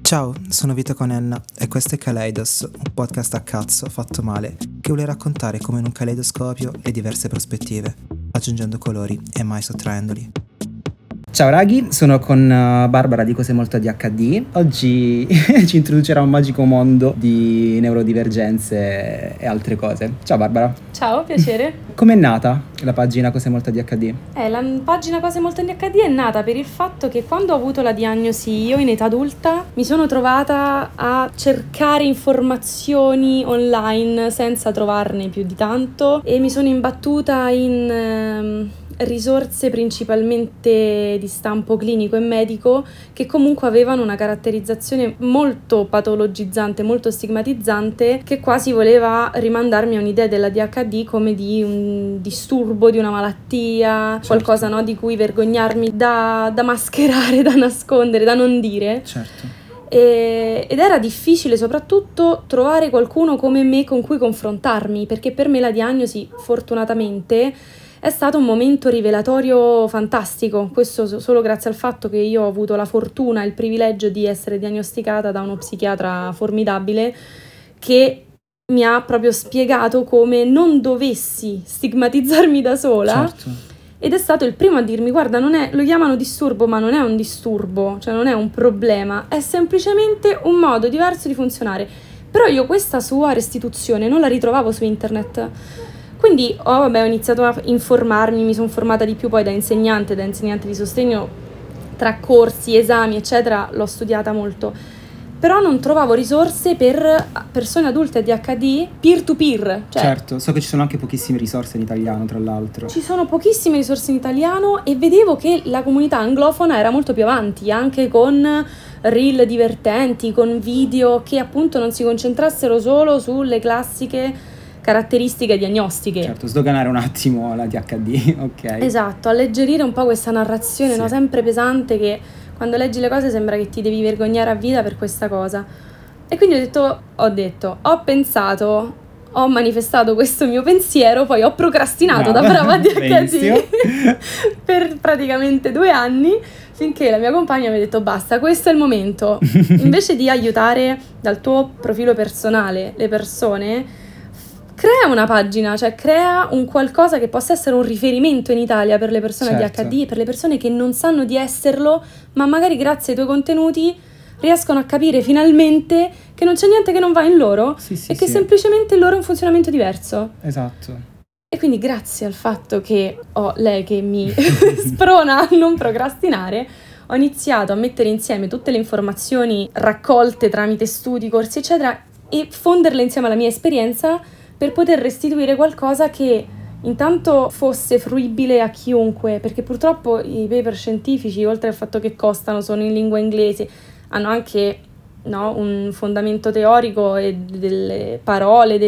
Ciao, sono Vito Conenna e questo è Kaleidos, un podcast a cazzo fatto male che vuole raccontare come in un caleidoscopio le diverse prospettive, aggiungendo colori e mai sottraendoli. Ciao raghi, sono con Barbara di Cose Molto ADHD. Oggi ci introducerà un magico mondo di neurodivergenze e altre cose. Ciao Barbara. Ciao, piacere. Com'è nata la pagina Cose Molto ADHD? La pagina Cose Molto ADHD è nata per il fatto che quando ho avuto la diagnosi io in età adulta mi sono trovata a cercare informazioni online senza trovarne più di tanto e mi sono imbattuta in risorse principalmente di stampo clinico e medico che comunque avevano una caratterizzazione molto patologizzante, molto stigmatizzante, che quasi voleva rimandarmi a un'idea della DHD come di un disturbo, di una malattia, certo. Qualcosa, no, di cui vergognarmi, da mascherare, da nascondere, da non dire. Certo. Ed era difficile soprattutto trovare qualcuno come me con cui confrontarmi, perché per me la diagnosi, fortunatamente, è stato un momento rivelatorio fantastico, questo solo grazie al fatto che io ho avuto la fortuna e il privilegio di essere diagnosticata da uno psichiatra formidabile che mi ha proprio spiegato come non dovessi stigmatizzarmi da sola. Certo. Ed è stato il primo a dirmi: guarda, lo chiamano disturbo, ma non è un disturbo, cioè non è un problema, è semplicemente un modo diverso di funzionare. Però io questa sua restituzione non la ritrovavo su internet. Quindi ho iniziato a informarmi, mi sono formata di più poi da insegnante di sostegno, tra corsi, esami, eccetera, l'ho studiata molto. Però non trovavo risorse per persone adulte ADHD peer-to-peer. Cioè, certo, so che ci sono anche pochissime risorse in italiano, tra l'altro. Ci sono pochissime risorse in italiano e vedevo che la comunità anglofona era molto più avanti, anche con reel divertenti, con video che appunto non si concentrassero solo sulle classiche caratteristiche diagnostiche. Certo, sdoganare un attimo la DHD, ok. Esatto, alleggerire un po' questa narrazione, sì. No, sempre pesante, che quando leggi le cose sembra che ti devi vergognare a vita per questa cosa. E quindi ho pensato, ho manifestato questo mio pensiero, poi ho procrastinato da brava DHD per praticamente 2 anni, finché la mia compagna mi ha detto: basta, questo è il momento. Invece di aiutare dal tuo profilo personale le persone, crea una pagina, cioè crea un qualcosa che possa essere un riferimento in Italia per le persone certo. ADHD, per le persone che non sanno di esserlo, ma magari grazie ai tuoi contenuti riescono a capire finalmente che non c'è niente che non va in loro e che semplicemente il loro è un funzionamento diverso. Esatto. E quindi grazie al fatto che ho lei che mi sprona a non procrastinare, ho iniziato a mettere insieme tutte le informazioni raccolte tramite studi, corsi, eccetera, e fonderle insieme alla mia esperienza per poter restituire qualcosa che intanto fosse fruibile a chiunque, perché purtroppo i paper scientifici, oltre al fatto che costano, sono in lingua inglese, hanno anche, no, un fondamento teorico e delle parole,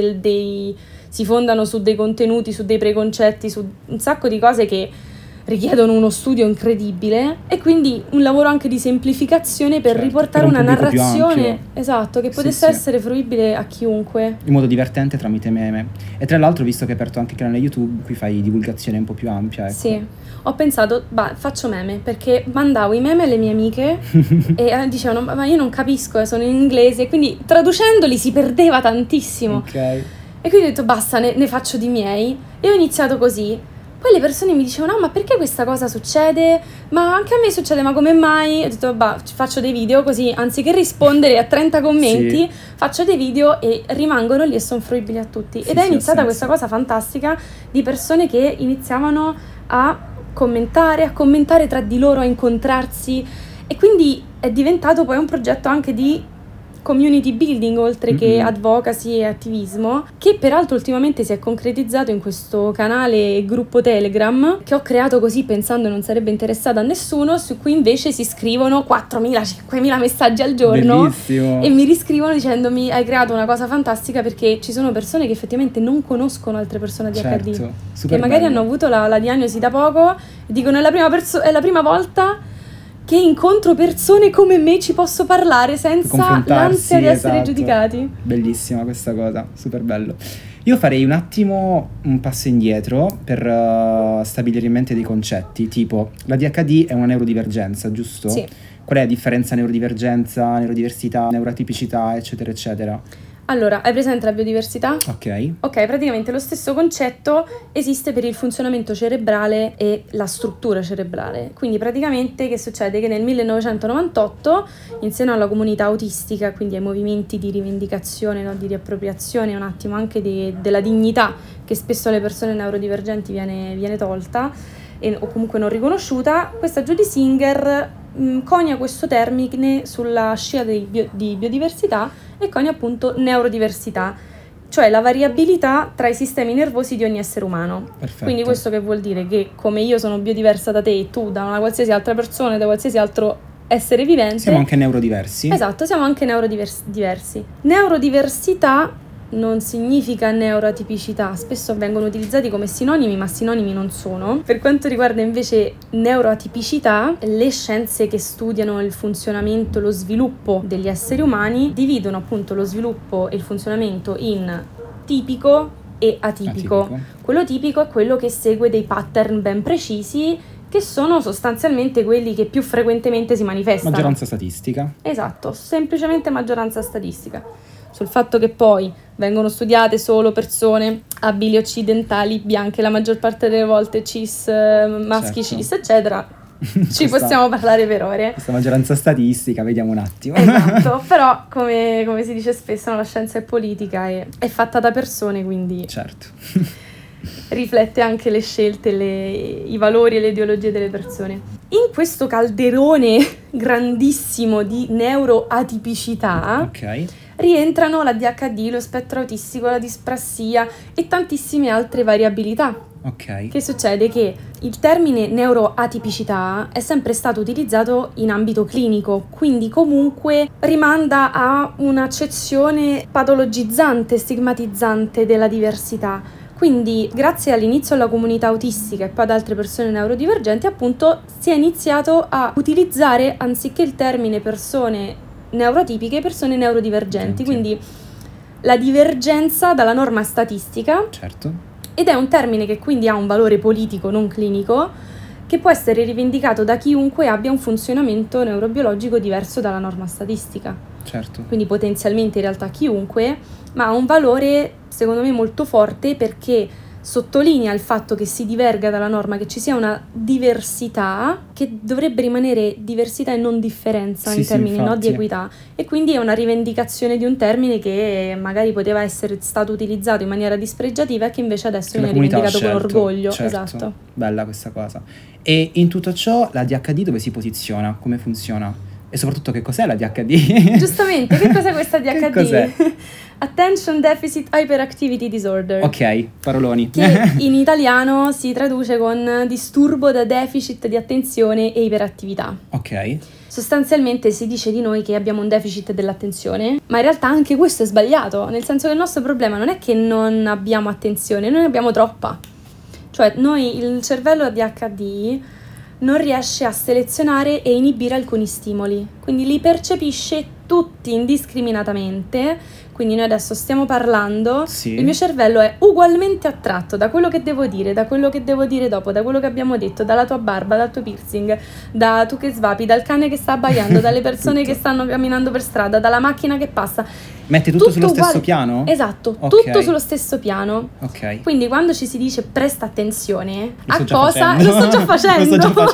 si fondano su dei contenuti, su dei preconcetti, su un sacco di cose che richiedono uno studio incredibile e quindi un lavoro anche di semplificazione per riportare per un una pubblico narrazione, esatto, che potesse essere fruibile a chiunque. In modo divertente tramite meme. E tra l'altro, visto che hai aperto anche il canale YouTube, qui fai divulgazione un po' più ampia. Ecco. Sì, ho pensato, faccio meme, perché mandavo i meme alle mie amiche e dicevano, ma io non capisco, sono in inglese, quindi traducendoli si perdeva tantissimo. Ok. E quindi ho detto, basta, ne faccio di miei. E ho iniziato così. Poi le persone mi dicevano: ma perché questa cosa succede? Ma anche a me succede, ma come mai? Ho detto: faccio dei video così, anziché rispondere a 30 commenti, faccio dei video e rimangono lì e sono fruibili a tutti. Ed è iniziata questa cosa fantastica di persone che iniziavano a commentare tra di loro, a incontrarsi, e quindi è diventato poi un progetto anche di community building oltre che advocacy e attivismo, che peraltro ultimamente si è concretizzato in questo canale e gruppo Telegram che ho creato così pensando non sarebbe interessato a nessuno, su cui invece si scrivono 4.000-5.000 messaggi al giorno. Bellissimo. E mi riscrivono dicendomi: hai creato una cosa fantastica, perché ci sono persone che effettivamente non conoscono altre persone ADHD, certo, che magari hanno avuto la diagnosi da poco e dicono è la prima volta che incontro persone come me, ci posso parlare senza l'ansia di essere giudicati. Bellissima questa cosa, super bello. Io farei un attimo un passo indietro per stabilire in mente dei concetti, tipo la DHD è una neurodivergenza, giusto? Sì. Qual è la differenza neurodivergenza, neurodiversità, neuroatipicità, eccetera, eccetera? Allora, hai presente la biodiversità? Ok. Ok, praticamente lo stesso concetto esiste per il funzionamento cerebrale e la struttura cerebrale. Quindi praticamente che succede? Che nel 1998, in seno alla comunità autistica, quindi ai movimenti di rivendicazione, no, di riappropriazione, un attimo anche della dignità che spesso alle persone neurodivergenti viene tolta o comunque non riconosciuta, questa Judy Singer conia questo termine sulla scia di biodiversità e conia appunto neurodiversità, cioè la variabilità tra i sistemi nervosi di ogni essere umano. Perfetto. Quindi questo che vuol dire che come io sono biodiversa da te e tu da una qualsiasi altra persona, da qualsiasi altro essere vivente, siamo anche neurodiversi. Esatto, siamo anche neurodiversi. Neurodiversità non significa neuroatipicità, spesso vengono utilizzati come sinonimi, ma sinonimi non sono. Per quanto riguarda invece neuroatipicità, le scienze che studiano il funzionamento, lo sviluppo degli esseri umani dividono appunto lo sviluppo e il funzionamento in tipico e atipico. Quello tipico è quello che segue dei pattern ben precisi, che sono sostanzialmente quelli che più frequentemente si manifestano. Maggioranza statistica. Esatto, semplicemente maggioranza statistica. Sul fatto che poi vengono studiate solo persone abili occidentali, bianche la maggior parte delle volte, cis, maschi, certo. Cis, eccetera, ci possiamo parlare per ore. Questa maggioranza statistica, vediamo un attimo. Esatto, però come si dice spesso, la scienza è politica e è fatta da persone, quindi certo. riflette anche le scelte, i valori e le ideologie delle persone. In questo calderone grandissimo di neuroatipicità, ok, rientrano l'ADHD, lo spettro autistico, la disprassia e tantissime altre variabilità. ok. Che succede? Che il termine neuroatipicità è sempre stato utilizzato in ambito clinico, quindi comunque rimanda a un'accezione patologizzante, stigmatizzante della diversità. Quindi, grazie all'inizio alla comunità autistica e poi ad altre persone neurodivergenti, appunto, si è iniziato a utilizzare, anziché il termine persone neurotipiche, persone neurodivergenti. Quindi la divergenza dalla norma statistica. Certo. Ed è un termine che quindi ha un valore politico, non clinico, che può essere rivendicato da chiunque abbia un funzionamento neurobiologico diverso dalla norma statistica. Certo. Quindi potenzialmente in realtà chiunque, ma ha un valore secondo me molto forte perché sottolinea il fatto che si diverga dalla norma, che ci sia una diversità che dovrebbe rimanere diversità e non differenza in termini no, di equità, e quindi è una rivendicazione di un termine che magari poteva essere stato utilizzato in maniera dispregiativa e che invece adesso viene rivendicato con orgoglio. Certo. Esatto. Bella questa cosa. E in tutto ciò la DHD dove si posiziona? Come funziona? E soprattutto che cos'è la DHD? Giustamente, che cos'è questa DHD? Che cos'è? Attention Deficit Hyperactivity Disorder. Ok, paroloni. Che in italiano si traduce con disturbo da deficit di attenzione e iperattività. Ok. Sostanzialmente si dice di noi che abbiamo un deficit dell'attenzione, ma in realtà anche questo è sbagliato, nel senso che il nostro problema non è che non abbiamo attenzione, noi ne abbiamo troppa. Cioè il cervello ADHD non riesce a selezionare e inibire alcuni stimoli, quindi li percepisce tutti indiscriminatamente. Quindi noi adesso stiamo parlando, sì. Il mio cervello è ugualmente attratto da quello che devo dire, da quello che devo dire dopo, da quello che abbiamo detto, dalla tua barba, dal tuo piercing, da tu che svapi, dal cane che sta abbaiando, dalle persone che stanno camminando per strada, dalla macchina che passa. Mette tutto sullo stesso piano? Esatto, okay. Tutto sullo stesso piano. Ok. Quindi quando ci si dice presta attenzione, a cosa? Lo sto già facendo.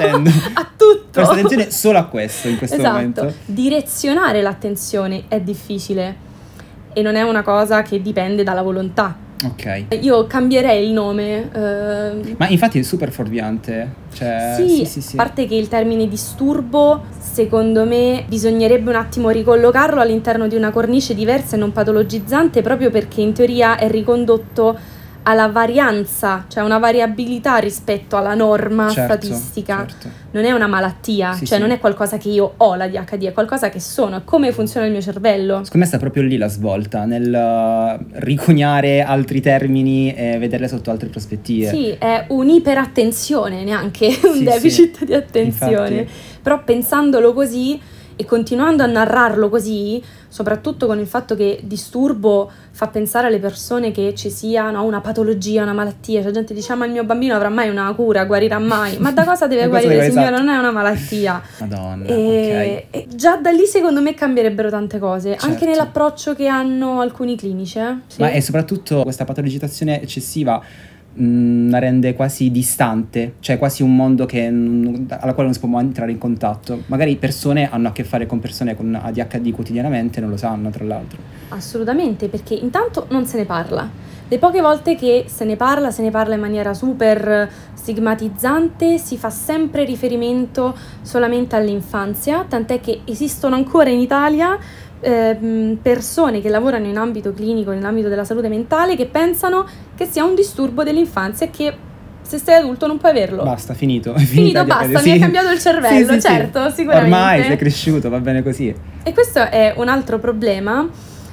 A tutto. Presta attenzione solo a questo in questo momento. Direzionare l'attenzione è difficile e non è una cosa che dipende dalla volontà. Ok. Io cambierei il nome. Ma infatti è super fuorviante. Cioè, sì. A parte che il termine disturbo, secondo me, bisognerebbe un attimo ricollocarlo all'interno di una cornice diversa e non patologizzante, proprio perché in teoria è ricondotto alla varianza, cioè una variabilità rispetto alla norma statistica. Certo. Non è una malattia, non è qualcosa che io ho la DHD, è qualcosa che sono, è come funziona il mio cervello. Secondo me sta proprio lì la svolta, nel riconiare altri termini e vederle sotto altre prospettive. Sì, è un'iperattenzione, neanche un deficit di attenzione. Infatti. Però pensandolo così, E continuando a narrarlo così, soprattutto con il fatto che disturbo fa pensare alle persone che ci sia, no, una patologia, una malattia, cioè gente dice ma il mio bambino avrà mai una cura, guarirà mai, ma da cosa deve guarire, signora? Esatto. Non è una malattia. Madonna, E già da lì secondo me cambierebbero tante cose, Certo. anche nell'approccio che hanno alcuni clinici. Sì. Ma è soprattutto questa patologizzazione eccessiva la rende quasi distante, cioè quasi un mondo alla quale non si può mai entrare in contatto. Magari persone hanno a che fare con persone con ADHD quotidianamente, non lo sanno tra l'altro. Assolutamente, perché intanto non se ne parla. Le poche volte che se ne parla in maniera super stigmatizzante, si fa sempre riferimento solamente all'infanzia, tant'è che esistono ancora in Italia persone che lavorano in ambito clinico, nell'ambito della salute mentale, che pensano che sia un disturbo dell'infanzia e che se sei adulto non puoi averlo. Basta, finito. Finito, basta, mi è cambiato il cervello, Sì. certo, sicuramente. Ormai sei cresciuto, va bene così. E questo è un altro problema,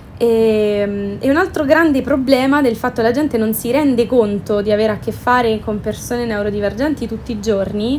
e un altro grande problema del fatto che la gente non si rende conto di avere a che fare con persone neurodivergenti tutti i giorni,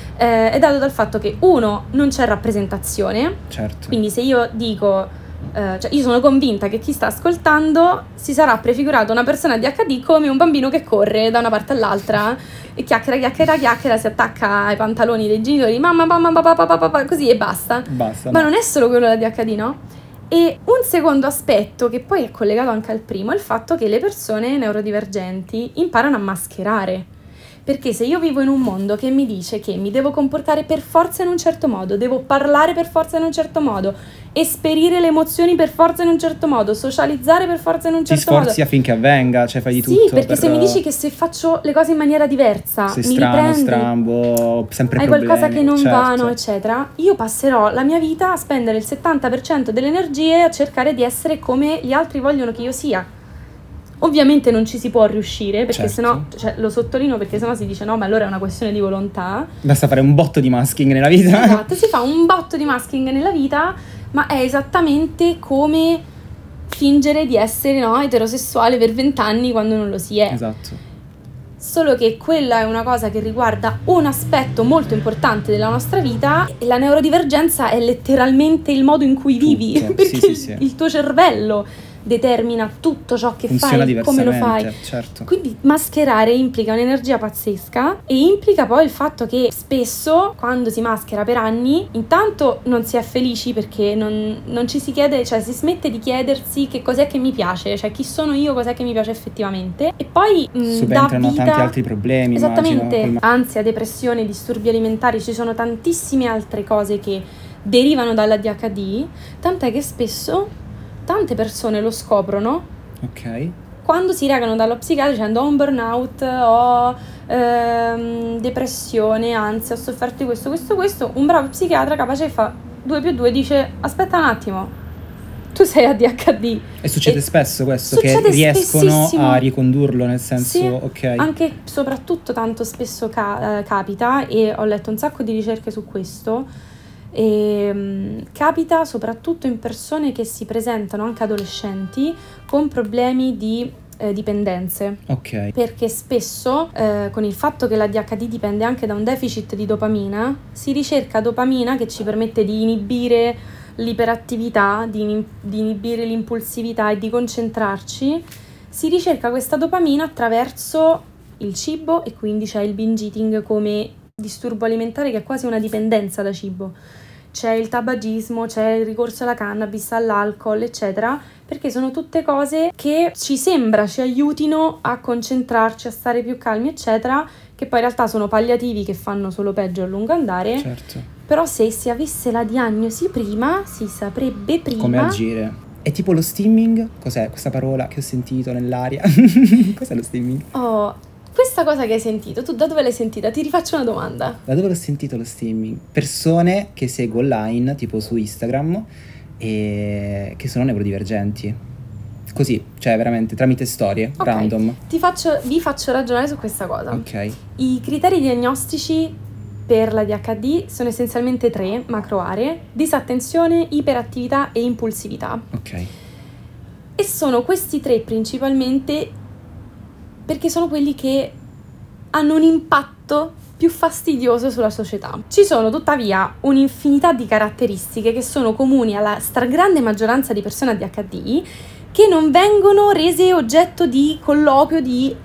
è dato dal fatto che uno, non c'è rappresentazione. Certo. Quindi se io dico, cioè io sono convinta che chi sta ascoltando si sarà prefigurato una persona di ADHD come un bambino che corre da una parte all'altra e chiacchiera, si attacca ai pantaloni dei genitori, mamma, papà, così e basta. Ma non è solo quello dell'ADHD, no? E un secondo aspetto, che poi è collegato anche al primo, è il fatto che le persone neurodivergenti imparano a mascherare. Perché se io vivo in un mondo che mi dice che mi devo comportare per forza in un certo modo, devo parlare per forza in un certo modo, esperire le emozioni per forza in un certo modo, socializzare per forza in un certo modo. Ti sforzi affinché avvenga, cioè fai di tutto. Sì, perché se mi dici che se faccio le cose in maniera diversa, sei mi strano, riprendi, strambo, sempre hai problemi, qualcosa che non certo. vanno, eccetera, io passerò la mia vita a spendere il 70% delle energie a cercare di essere come gli altri vogliono che io sia. Ovviamente non ci si può riuscire, perché Certo. sennò, cioè, lo sottolineo perché sennò si dice no, ma allora è una questione di volontà. Basta fare un botto di masking nella vita. Esatto, si fa un botto di masking nella vita, ma è esattamente come fingere di essere, no, eterosessuale per 20 anni quando non lo si è. Esatto. Solo che quella è una cosa che riguarda un aspetto molto importante della nostra vita, e la neurodivergenza è letteralmente il modo in cui vivi, Tutto, perché sì. il tuo cervello determina tutto ciò che Funziona fai, come lo fai. Certo. Quindi mascherare implica un'energia pazzesca e implica poi il fatto che spesso quando si maschera per anni, intanto non si è felici perché non ci si chiede, cioè si smette di chiedersi che cos'è che mi piace, cioè chi sono io, cos'è che mi piace effettivamente, e poi subentrano dà vita, tanti altri problemi. esattamente, immagino. Ansia, depressione, disturbi alimentari, ci sono tantissime altre cose che derivano dall'ADHD, tant'è che spesso tante persone lo scoprono Ok. quando si recano dallo psichiatra dicendo ho un burnout, ho depressione, ansia, ho sofferto di questo. Un bravo psichiatra capace fa 2 più 2 dice aspetta un attimo, tu sei ADHD. E succede spesso questo, succede che riescono spessissimo a ricondurlo, nel senso, sì, ok. Anche soprattutto tanto spesso capita, e ho letto un sacco di ricerche su questo. Capita soprattutto in persone che si presentano, anche adolescenti, con problemi di dipendenze. Ok. Perché spesso con il fatto che la ADHD dipende anche da un deficit di dopamina, si ricerca dopamina che ci permette di inibire l'iperattività, di inibire l'impulsività e di concentrarci. Si ricerca questa dopamina attraverso il cibo, e quindi c'è il binge eating come disturbo alimentare che è quasi una dipendenza da cibo. C'è il tabagismo, c'è il ricorso alla cannabis, all'alcol, eccetera, perché sono tutte cose che ci sembra ci aiutino a concentrarci, a stare più calmi, eccetera, che poi in realtà sono palliativi che fanno solo peggio a lungo andare. Certo. Però se si avesse la diagnosi prima, si saprebbe prima come agire. È tipo lo stimming? Cos'è questa parola che ho sentito nell'aria? Cos'è lo stimming? Questa cosa che hai sentito, tu da dove l'hai sentita? Ti rifaccio una domanda. Da dove l'ho sentito lo stimming? Persone che seguo online, tipo su Instagram, e che sono neurodivergenti. Così, cioè veramente tramite storie random. Vi faccio ragionare su questa cosa. Ok. I criteri diagnostici per la ADHD sono essenzialmente 3 macro aree: disattenzione, iperattività e impulsività. Ok. E sono questi 3 principalmente perché sono quelli che hanno un impatto più più fastidioso sulla società. Ci sono tuttavia un'infinità di caratteristiche che sono comuni alla stragrande maggioranza di persone ADHD che non vengono rese oggetto di colloquio, di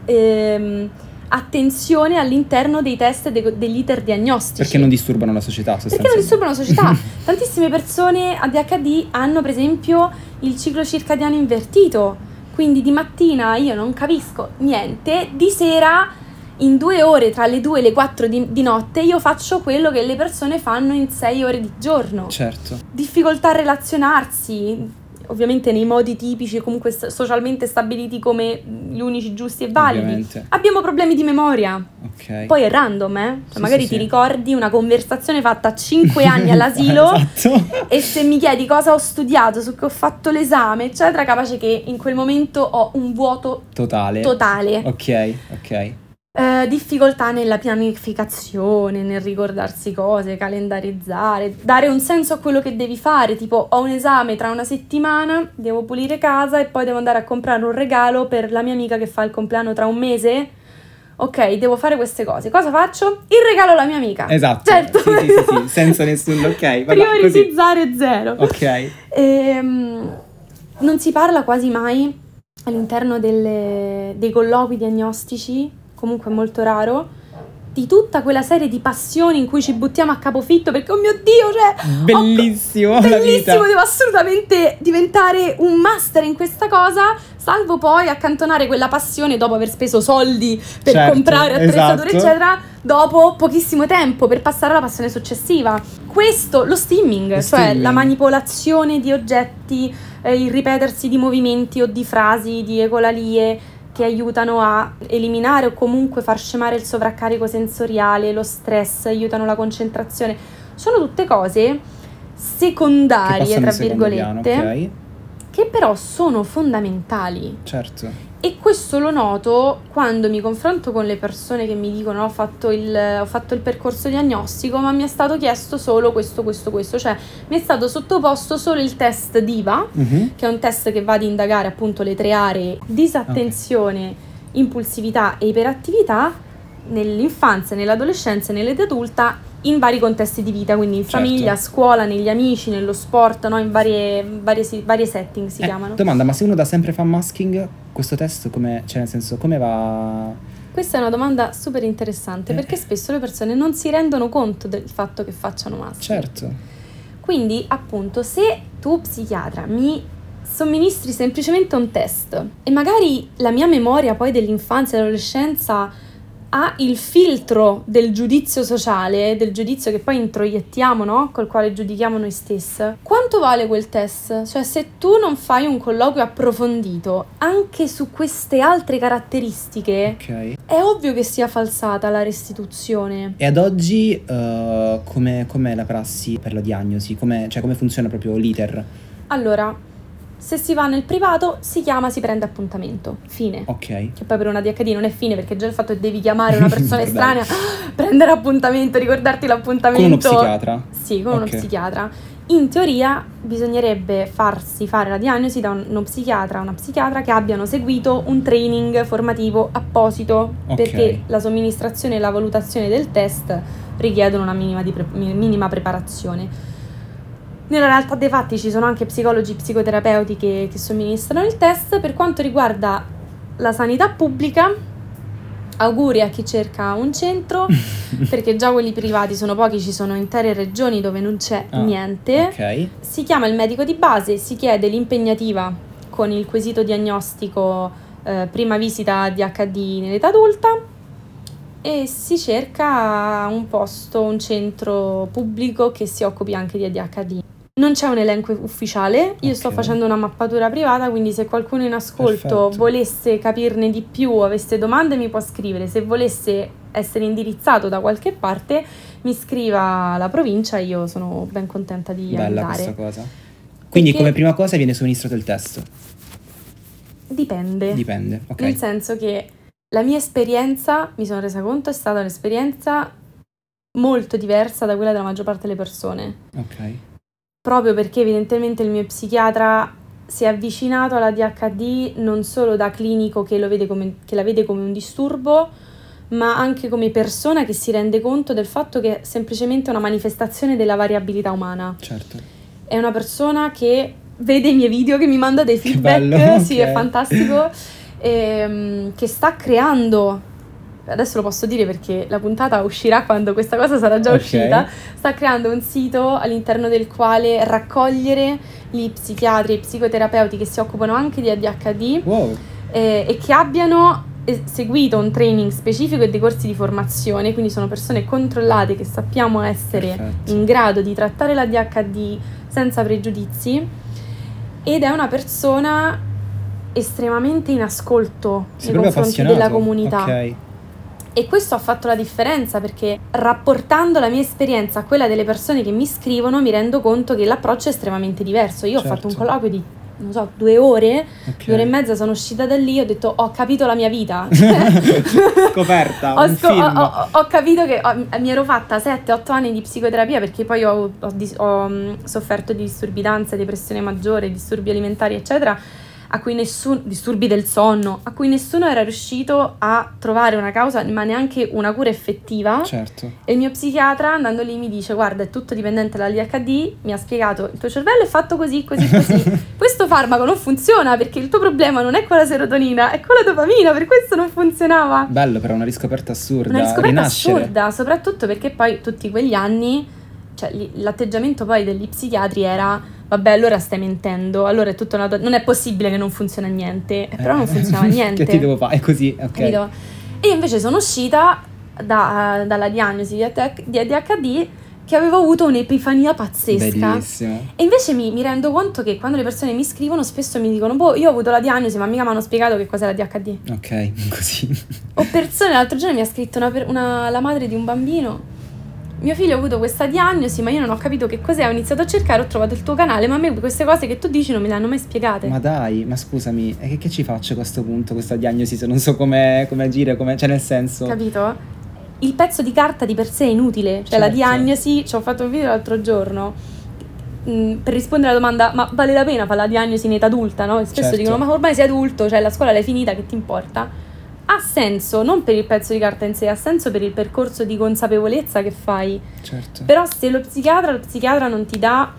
attenzione all'interno dei test e degli iter diagnostici. Perché non disturbano la società, Perché non disturbano la società. Tantissime persone ADHD hanno per esempio il ciclo circadiano invertito, quindi di mattina io non capisco niente, di sera in 2 ore, tra le 2 e le 4 di notte, io faccio quello che le persone fanno in 6 ore di giorno. Certo. Difficoltà a relazionarsi, ovviamente nei modi tipici, comunque socialmente stabiliti come gli unici giusti e validi. Ovviamente. Abbiamo problemi di memoria. Ok. Poi è random, Cioè Sì, magari sì, ti sì. ricordi una conversazione fatta a 5 anni all'asilo Esatto. e se mi chiedi cosa ho studiato, su che ho fatto l'esame, eccetera, capace che in quel momento ho un vuoto Totale. Ok. Difficoltà nella pianificazione, nel ricordarsi cose, calendarizzare, dare un senso a quello che devi fare, tipo ho un esame tra una settimana, devo pulire casa e poi devo andare a comprare un regalo per la mia amica che fa il compleanno tra un mese. Ok, devo fare queste cose. Cosa faccio? Il regalo alla mia amica. Esatto. Certo. Sì, senza nessun ok. Prioritizzare zero. Ok. Non si parla quasi mai all'interno dei colloqui diagnostici, comunque è molto raro, di tutta quella serie di passioni in cui ci buttiamo a capofitto perché, oh mio Dio, cioè... Bellissimo la vita. Bellissimo, devo assolutamente diventare un master in questa cosa, salvo poi accantonare quella passione dopo aver speso soldi per Certo, comprare attrezzature, esatto. eccetera, dopo pochissimo tempo per passare alla passione successiva. Questo, lo stimming, cioè stimming. la manipolazione di oggetti, il ripetersi di movimenti o di frasi, di ecolalie che aiutano a eliminare o comunque far scemare il sovraccarico sensoriale, lo stress, aiutano la concentrazione. Sono tutte cose secondarie, tra virgolette, ok. che però sono fondamentali. Certo. E questo lo noto quando mi confronto con le persone che mi dicono ho fatto il percorso diagnostico, ma mi è stato chiesto solo questo, cioè mi è stato sottoposto solo il test DIVA, che è un test che va ad indagare appunto le 3 aree: disattenzione, impulsività e iperattività nell'infanzia, nell'adolescenza e nell'età adulta, in vari contesti di vita, quindi in famiglia, a scuola, negli amici, nello sport, no? In varie setting si chiamano. Domanda, ma se uno da sempre fa masking, questo test come, cioè nel senso, come va? Questa è una domanda super interessante perché spesso le persone non si rendono conto del fatto che facciano masking. Certo. Quindi, appunto, se tu psichiatra mi somministri semplicemente un test e magari la mia memoria poi dell'infanzia e dell'adolescenza ha il filtro del giudizio sociale, del giudizio che poi introiettiamo, no? Col quale giudichiamo noi stesse. Quanto vale quel test? Cioè, se tu non fai un colloquio approfondito anche su queste altre caratteristiche, è ovvio che sia falsata la restituzione. E ad oggi com'è la prassi per la diagnosi? Come funziona proprio l'iter? Allora, se si va nel privato si prende appuntamento, fine. Ok. Che poi per una ADHD non è fine, perché già il fatto che devi chiamare una persona estranea, prendere appuntamento, ricordarti l'appuntamento. Con uno psichiatra? Sì, con uno psichiatra. In teoria bisognerebbe farsi fare la diagnosi da uno psichiatra o una psichiatra che abbiano seguito un training formativo apposito, perché la somministrazione e la valutazione del test richiedono una minima preparazione. Nella realtà dei fatti ci sono anche psicologi, psicoterapeuti che somministrano il test. Per quanto riguarda la sanità pubblica, auguri a chi cerca un centro, perché già quelli privati sono pochi, ci sono intere regioni dove non c'è niente. Si chiama il medico di base, si chiede l'impegnativa con il quesito diagnostico prima visita ADHD nell'età adulta e si cerca un centro pubblico che si occupi anche di ADHD. Non c'è un elenco ufficiale, io sto facendo una mappatura privata, quindi se qualcuno in ascolto volesse capirne di più o avesse domande mi può scrivere. Se volesse essere indirizzato da qualche parte mi scriva alla provincia, io sono ben contenta di Bella andare. questa cosa. Quindi come prima cosa viene somministrato il test? Dipende, ok. Nel senso che la mia esperienza, mi sono resa conto, è stata un'esperienza molto diversa da quella della maggior parte delle persone. Ok. Proprio perché evidentemente il mio psichiatra si è avvicinato alla ADHD non solo da clinico che la vede come un disturbo, ma anche come persona che si rende conto del fatto che è semplicemente una manifestazione della variabilità umana. Certo. È una persona che vede i miei video, che mi manda dei feedback, bello, sì, ok. è fantastico, che sta creando, adesso lo posso dire perché la puntata uscirà quando questa cosa sarà già Ok. uscita, sta creando un sito all'interno del quale raccogliere gli psichiatri e i psicoterapeuti che si occupano anche di ADHD Wow. e che abbiano seguito un training specifico e dei corsi di formazione, quindi sono persone controllate che sappiamo essere Perfetto. in grado di trattare l'ADHD senza pregiudizi, ed è una persona estremamente in ascolto Sei nei proprio confronti appassionato. della comunità. Ok. E questo ha fatto la differenza, perché rapportando la mia esperienza a quella delle persone che mi scrivono mi rendo conto che l'approccio è estremamente diverso. Io ho fatto un Certo. colloquio di, non so, 2 ore, Ok. 2 ore e mezza, sono uscita da lì, ho detto ho capito la mia vita. Scoperta, Ho, un film. ho capito che mi ero fatta 7-8 anni di psicoterapia, perché poi ho sofferto di disturbi d'ansia, depressione maggiore, disturbi alimentari eccetera, a cui disturbi del sonno, a cui nessuno era riuscito a trovare una causa, ma neanche una cura effettiva. Certo. E il mio psichiatra, andando lì, mi dice: guarda, è tutto dipendente dall'ADHD. Mi ha spiegato: il tuo cervello è fatto così, così, così. Questo farmaco non funziona perché il tuo problema non è con la serotonina, è con la dopamina, per questo non funzionava. Bello, però una riscoperta assurda. Una riscoperta Rinascere. assurda, soprattutto perché poi tutti quegli anni, cioè l'atteggiamento poi degli psichiatri era: vabbè, allora stai mentendo, allora è tutto non è possibile che non funziona niente. Però non funzionava niente. Che ti devo fare? È così, ok. Capito? E io invece sono uscita dalla diagnosi di ADHD che avevo avuto un'epifania pazzesca. Bellissimo. E invece mi rendo conto che quando le persone mi scrivono spesso mi dicono: boh, io ho avuto la diagnosi, ma mica mi hanno spiegato che cos'è l'ADHD. Ok, così. O persone, l'altro giorno mi ha scritto la madre di un bambino: mio figlio ha avuto questa diagnosi, ma io non ho capito che cos'è, ho iniziato a cercare, ho trovato il tuo canale, ma a me queste cose che tu dici non me le hanno mai spiegate. Ma dai, ma scusami, e che ci faccio a questo punto, questa diagnosi, se non so come agire, cioè nel senso... Capito? Il pezzo di carta di per sé è inutile, cioè la Certo. diagnosi, ci ho fatto un video l'altro giorno per rispondere alla domanda: ma vale la pena fare la diagnosi in età adulta, no? E spesso Certo. dicono: ma ormai sei adulto, cioè la scuola l'hai finita, che ti importa? Ha senso, non per il pezzo di carta in sé, ha senso per il percorso di consapevolezza che fai. Certo. Però se lo psichiatra non ti dà,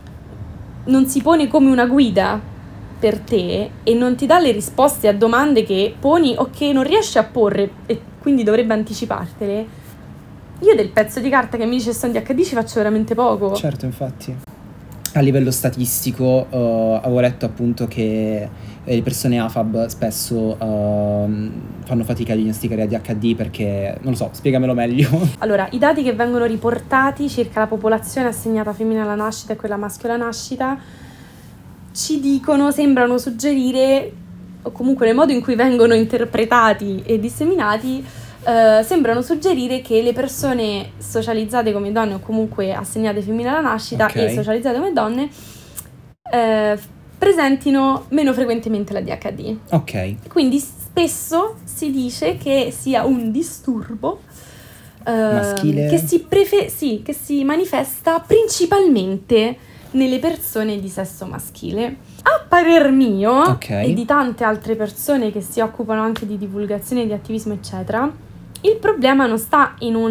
non si pone come una guida per te e non ti dà le risposte a domande che poni o che non riesci a porre e quindi dovrebbe anticipartele, io del pezzo di carta che mi dice sto in ADHD ci faccio veramente poco. Certo, infatti. A livello statistico avevo letto appunto che le persone AFAB spesso fanno fatica a diagnosticare ADHD perché, non lo so, spiegamelo meglio. Allora, i dati che vengono riportati circa la popolazione assegnata femmina alla nascita e quella maschio alla nascita ci dicono, sembrano suggerire, o comunque nel modo in cui vengono interpretati e disseminati, sembrano suggerire che le persone socializzate come donne o comunque assegnate femmine alla nascita Ok. e socializzate come donne presentino meno frequentemente la ADHD. Ok. Quindi spesso si dice che sia un disturbo Maschile. che si manifesta principalmente nelle persone di sesso maschile. A parer mio Ok. e di tante altre persone che si occupano anche di divulgazione, di attivismo eccetera, il problema non sta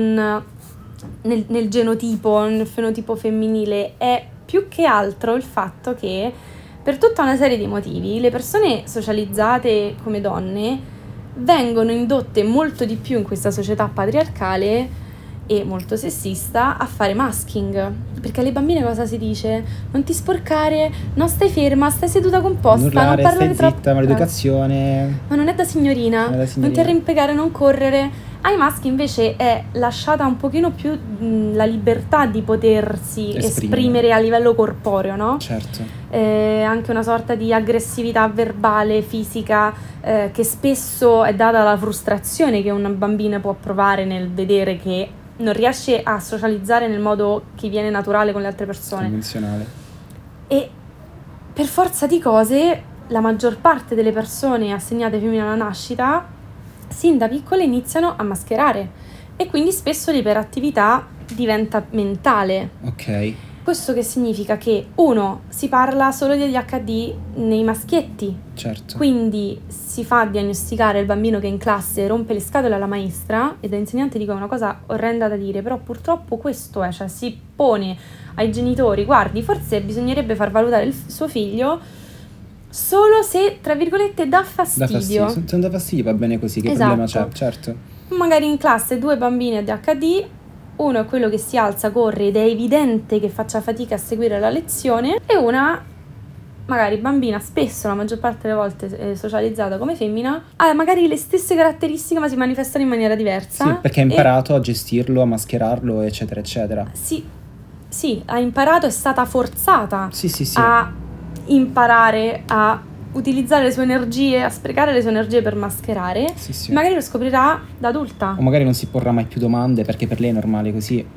nel genotipo, nel fenotipo femminile, è più che altro il fatto che per tutta una serie di motivi le persone socializzate come donne vengono indotte molto di più in questa società patriarcale e molto sessista a fare masking, perché alle bambine cosa si dice? Non ti sporcare, non stai ferma, stai seduta composta, Non urlare, non parlare stai troppo. zitta, maleducazione. Ma non è da signorina, Non è da non signorina. ti arrampicare, non correre. Ai maschi invece è lasciata un pochino più la libertà di potersi esprimere a livello corporeo, no? Certo. Anche una sorta di aggressività verbale, fisica, che spesso è data dalla frustrazione che una bambina può provare nel vedere che non riesce a socializzare nel modo che viene naturale con le altre persone. Convenzionale. E per forza di cose la maggior parte delle persone assegnate femmine alla nascita sin da piccole iniziano a mascherare e quindi spesso l'iperattività diventa mentale. Ok. Questo che significa che, uno, si parla solo di ADHD nei maschietti, Certo. quindi si fa diagnosticare il bambino che in classe rompe le scatole alla maestra, e da insegnante dico è una cosa orrenda da dire, però purtroppo questo è, cioè si pone ai genitori, guardi, forse bisognerebbe far valutare il suo figlio solo se, tra virgolette, dà fastidio. Se non dà fastidio va bene così, che Esatto. problema c'è? Certo. Magari in classe 2 bambini ADHD, uno è quello che si alza, corre ed è evidente che faccia fatica a seguire la lezione, e una, magari bambina, spesso la maggior parte delle volte socializzata come femmina, ha magari le stesse caratteristiche ma si manifestano in maniera diversa. Sì, perché ha imparato a gestirlo, a mascherarlo, eccetera, eccetera. Sì, ha imparato, è stata forzata Sì. a imparare a utilizzare le sue energie, a sprecare le sue energie per mascherare. Sì. Magari lo scoprirà da adulta. O magari non si porrà mai più domande perché per lei è normale così.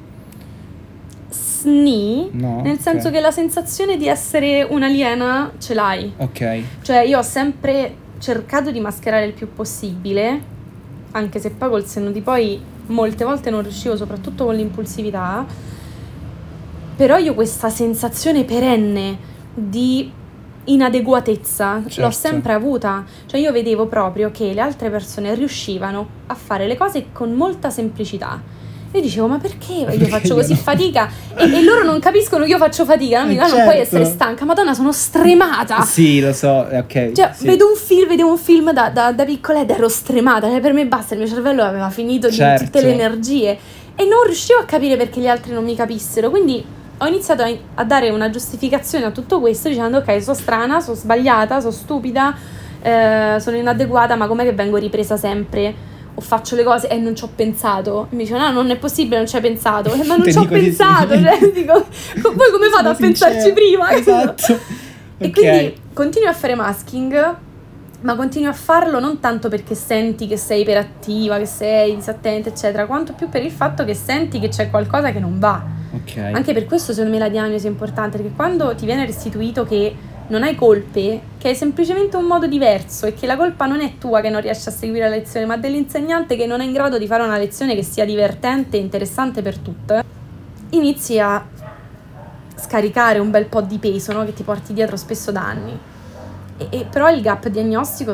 Sni, No, nel senso ok. che la sensazione di essere un'aliena ce l'hai. Ok. Cioè io ho sempre cercato di mascherare il più possibile, anche se poi col senno di poi molte volte non riuscivo, soprattutto con l'impulsività. Però io questa sensazione perenne di inadeguatezza l'ho Certo. sempre avuta. Cioè io vedevo proprio che le altre persone riuscivano a fare le cose con molta semplicità. Io dicevo, ma perché io faccio così fatica? E loro non capiscono che io faccio fatica, no? Mi dicono, non puoi essere stanca. Madonna, sono stremata. Sì, lo so, ok. Cioè, sì. vedevo un film da piccola ed ero stremata. Cioè, per me basta, il mio cervello aveva finito di Certo. tutte le energie. E non riuscivo a capire perché gli altri non mi capissero. Quindi ho iniziato a dare una giustificazione a tutto questo dicendo, ok, sono strana, sono sbagliata, sono stupida, sono inadeguata, ma com'è che vengo ripresa sempre? O faccio le cose e non ci ho pensato. E mi dicono, no, non è possibile, non ci hai pensato. Ma non Te ci ho dico di pensato. sì. Cioè, dico, voi come fate Sono a pensarci sincera. prima? Esatto. E Ok. quindi continui a fare masking, ma continui a farlo non tanto perché senti che sei iperattiva, che sei disattenta, eccetera, quanto più per il fatto che senti che c'è qualcosa che non va. Ok. Anche per questo secondo me la diagnosi è importante, perché quando ti viene restituito che non hai colpe, che è semplicemente un modo diverso e che la colpa non è tua che non riesci a seguire la lezione, ma dell'insegnante che non è in grado di fare una lezione che sia divertente e interessante per tutte, inizi a scaricare un bel po' di peso, no? Che ti porti dietro spesso da anni. E però il gap diagnostico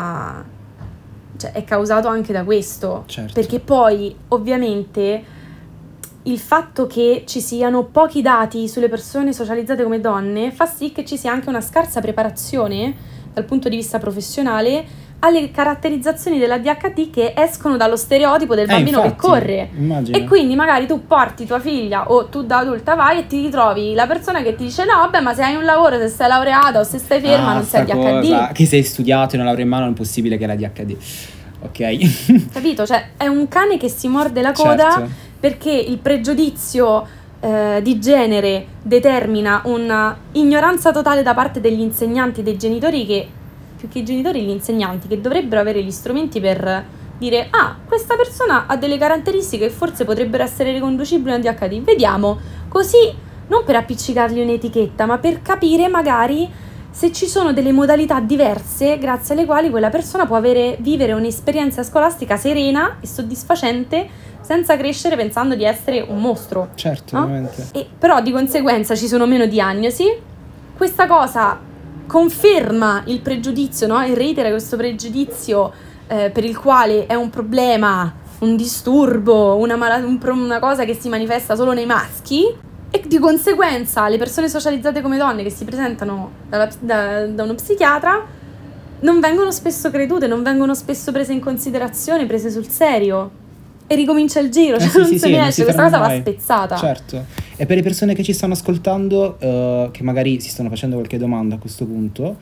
è causato anche da questo. Certo. Perché poi ovviamente il fatto che ci siano pochi dati sulle persone socializzate come donne fa sì che ci sia anche una scarsa preparazione dal punto di vista professionale alle caratterizzazioni dell'ADHD che escono dallo stereotipo del bambino infatti, che corre. immagino. E quindi magari tu porti tua figlia o tu da adulta vai e ti ritrovi la persona che ti dice no vabbè, ma se hai un lavoro, se sei laureata o se stai ferma non sei sta ADHD. cosa, che sei studiato e una laurea in mano, non è possibile che è l'ADHD. Ok. Capito? Cioè è un cane che si morde la coda, Certo. perché il pregiudizio di genere determina una ignoranza totale da parte degli insegnanti e dei genitori, che più che i genitori gli insegnanti, che dovrebbero avere gli strumenti per dire questa persona ha delle caratteristiche che forse potrebbero essere riconducibili a un ADHD, vediamo, così non per appiccicargli un'etichetta ma per capire magari se ci sono delle modalità diverse grazie alle quali quella persona può vivere un'esperienza scolastica serena e soddisfacente senza crescere pensando di essere un mostro. Certo, no? ovviamente. E però di conseguenza ci sono meno diagnosi. Questa cosa conferma il pregiudizio, no? E reitera questo pregiudizio per il quale è un problema, un disturbo, una cosa che si manifesta solo nei maschi. E di conseguenza le persone socializzate come donne che si presentano da uno psichiatra non vengono spesso credute, non vengono spesso prese in considerazione, prese sul serio. E ricomincia il giro, cioè non se ne esce, questa cosa va spezzata. Certo. E per le persone che ci stanno ascoltando, che magari si stanno facendo qualche domanda a questo punto,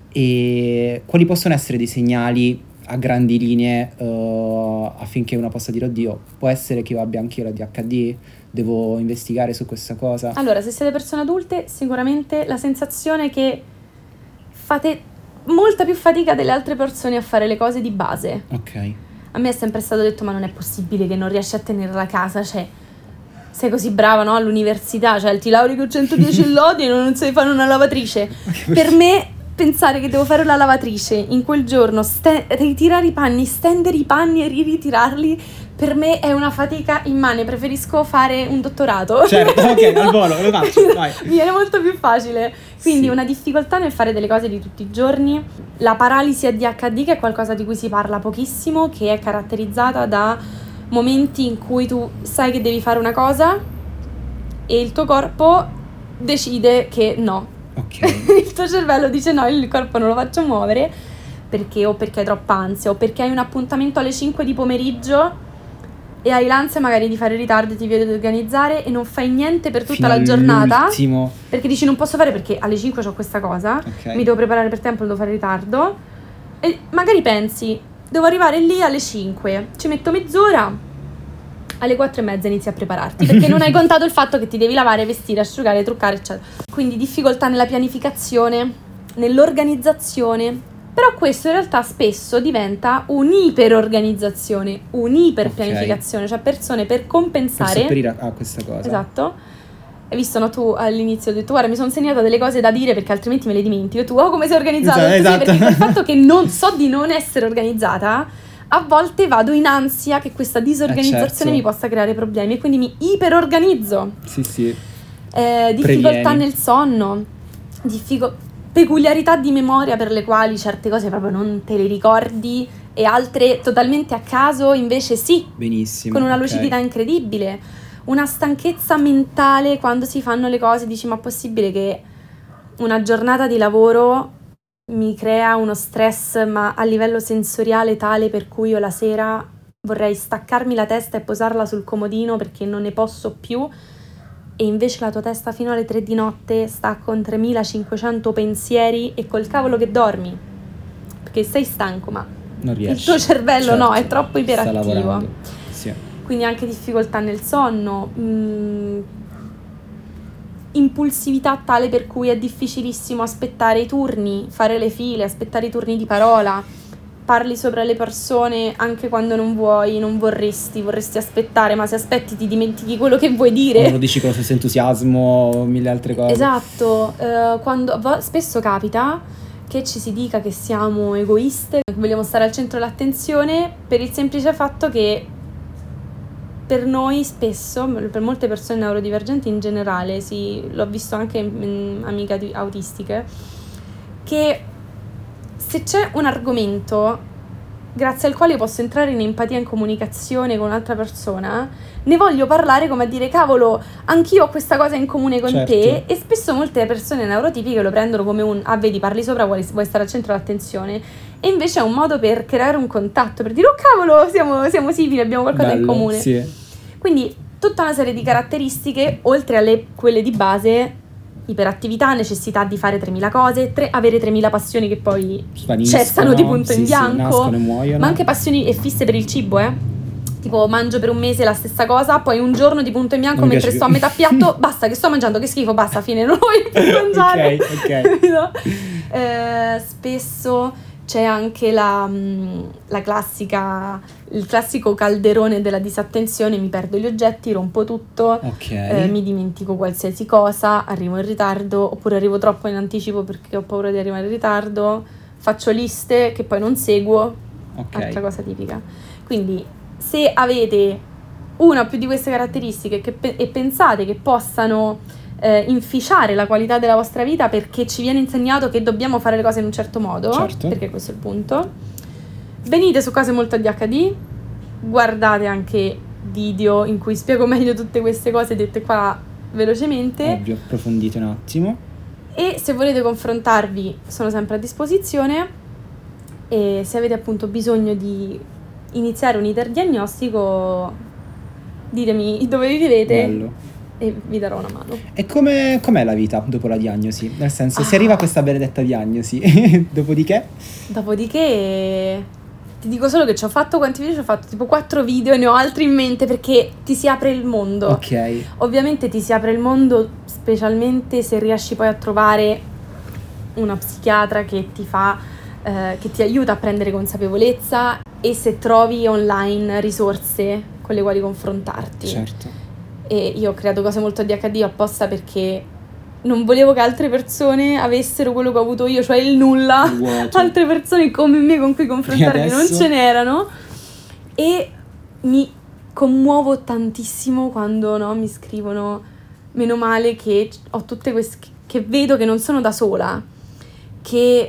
e quali possono essere dei segnali a grandi linee affinché una possa dire oddio, può essere che io abbia anche io la ADHD, devo investigare su questa cosa? Allora, se siete persone adulte, sicuramente la sensazione che fate molta più fatica delle altre persone a fare le cose di base. Ok. A me è sempre stato detto, ma non è possibile che non riesci a tenere la casa, cioè sei così brava, no? All'università, cioè ti lauri con 110 lodi e non sai fare una lavatrice. Per me pensare che devo fare la lavatrice in quel giorno, ritirare i panni, stendere i panni e ritirarli, per me è una fatica immane. Preferisco fare un dottorato. Certo, ok, al volo, lo faccio, vai. Mi viene molto più facile. Quindi Sì. una difficoltà nel fare delle cose di tutti i giorni. La paralisi ADHD, che è qualcosa di cui si parla pochissimo, che è caratterizzata da momenti in cui tu sai che devi fare una cosa e il tuo corpo decide che no. Ok. Il tuo cervello dice no, il corpo non lo faccio muovere perché hai troppa ansia, o perché hai un appuntamento alle 5 di pomeriggio e hai l'ansia magari di fare in ritardo e ti viene ad organizzare e non fai niente per tutta Fino la giornata all'ultimo. perché dici non posso fare perché alle 5 ho questa cosa, Ok. mi devo preparare per tempo, devo fare in ritardo, e magari pensi devo arrivare lì alle 5, ci metto mezz'ora, alle 4:30 inizi a prepararti perché non hai contato il fatto che ti devi lavare, vestire, asciugare, truccare, eccetera. Quindi difficoltà nella pianificazione, nell'organizzazione. Però questo in realtà spesso diventa un'iperorganizzazione, un'iperpianificazione, cioè persone per Per compensare. sopperire a questa cosa. Esatto. Hai visto, no? Tu all'inizio hai detto guarda, mi sono segnata delle cose da dire perché altrimenti me le dimentico. E tu, oh, come sei organizzata? Ho detto, Esatto. sì, perché il fatto che non so di non essere organizzata, a volte vado in ansia che questa disorganizzazione certo. mi possa creare problemi e quindi mi iperorganizzo. Sì, sì. Difficoltà Previeni. nel sonno, peculiarità di memoria per le quali certe cose proprio non te le ricordi e altre totalmente a caso invece sì, Benissimo. con una ok. lucidità incredibile, una stanchezza mentale quando si fanno le cose, dici ma è possibile che una giornata di lavoro mi crea uno stress ma a livello sensoriale tale per cui io la sera vorrei staccarmi la testa e posarla sul comodino perché non ne posso più, e invece la tua testa fino alle 3 di notte sta con 3500 pensieri e col cavolo che dormi perché sei stanco, ma Non riesci. il tuo cervello no, è Certo. troppo Sta iperattivo. lavorando. Sì. Quindi anche difficoltà nel sonno, impulsività tale per cui è difficilissimo aspettare i turni, fare le file, aspettare i turni di parola. Parli sopra le persone anche quando non vuoi, non vorresti aspettare, ma se aspetti ti dimentichi quello che vuoi dire. O lo dici con lo stesso entusiasmo, mille altre cose. Esatto, spesso capita che ci si dica che siamo egoiste, che vogliamo stare al centro dell'attenzione per il semplice fatto che per noi spesso, per molte persone neurodivergenti in generale, l'ho visto anche in amiche autistiche, che se c'è un argomento grazie al quale posso entrare in empatia, in comunicazione con un'altra persona, ne voglio parlare come a dire cavolo, anch'io ho questa cosa in comune con Certo. te, e spesso molte persone neurotipiche lo prendono come un vedi, parli sopra, vuoi stare al centro dell'attenzione, e invece è un modo per creare un contatto, per dire oh cavolo, siamo simili, abbiamo qualcosa in Bello, comune. Sì. Quindi tutta una serie di caratteristiche, oltre alle quelle di base: iperattività, necessità di fare 3000 cose, avere 3000 passioni che poi Svaniscono, cessano di punto in sì, bianco, nascono e muoiono. ma anche passioni e fisse per il cibo, tipo mangio per un mese la stessa cosa, poi un giorno di punto in bianco Non mi mentre piace sto a più. metà piatto, basta che sto mangiando, che schifo, basta, fine, non voglio più mangiare. Ok. Capito? Spesso c'è anche la classica, il classico calderone della disattenzione: mi perdo gli oggetti, rompo tutto, Ok. mi dimentico qualsiasi cosa, arrivo in ritardo, oppure arrivo troppo in anticipo perché ho paura di arrivare in ritardo, faccio liste che poi non seguo, Ok. altra cosa tipica. Quindi se avete una o più di queste caratteristiche e pensate che possano inficiare la qualità della vostra vita perché ci viene insegnato che dobbiamo fare le cose in un certo modo, Certo. perché questo è il punto, venite su Cose Molto ADHD, guardate anche video in cui spiego meglio tutte queste cose dette qua velocemente, Ovvio, approfondite un attimo. e se volete confrontarvi sono sempre a disposizione, e se avete appunto bisogno di iniziare un iter diagnostico ditemi dove vivete. Bello. E vi darò una mano. E com'è la vita dopo la diagnosi? Nel senso, si Ah. arriva a questa benedetta diagnosi, dopodiché? Dopodiché ti dico solo che ci ho fatto quanti video? Ci ho fatto tipo 4 video e ne ho altri in mente, perché ti si apre il mondo. Ok. Ovviamente ti si apre il mondo specialmente se riesci poi a trovare una psichiatra che ti fa che ti aiuta a prendere consapevolezza, e se trovi online risorse con le quali confrontarti. Certo. E io ho creato Cose Molto ADHD apposta perché non volevo che altre persone avessero quello che ho avuto io, cioè il nulla. Il vuoto. Altre persone come me con cui confrontarmi non adesso? ce n'erano. E mi commuovo tantissimo quando, no, mi scrivono meno male che ho tutte queste, che vedo che non sono da sola, che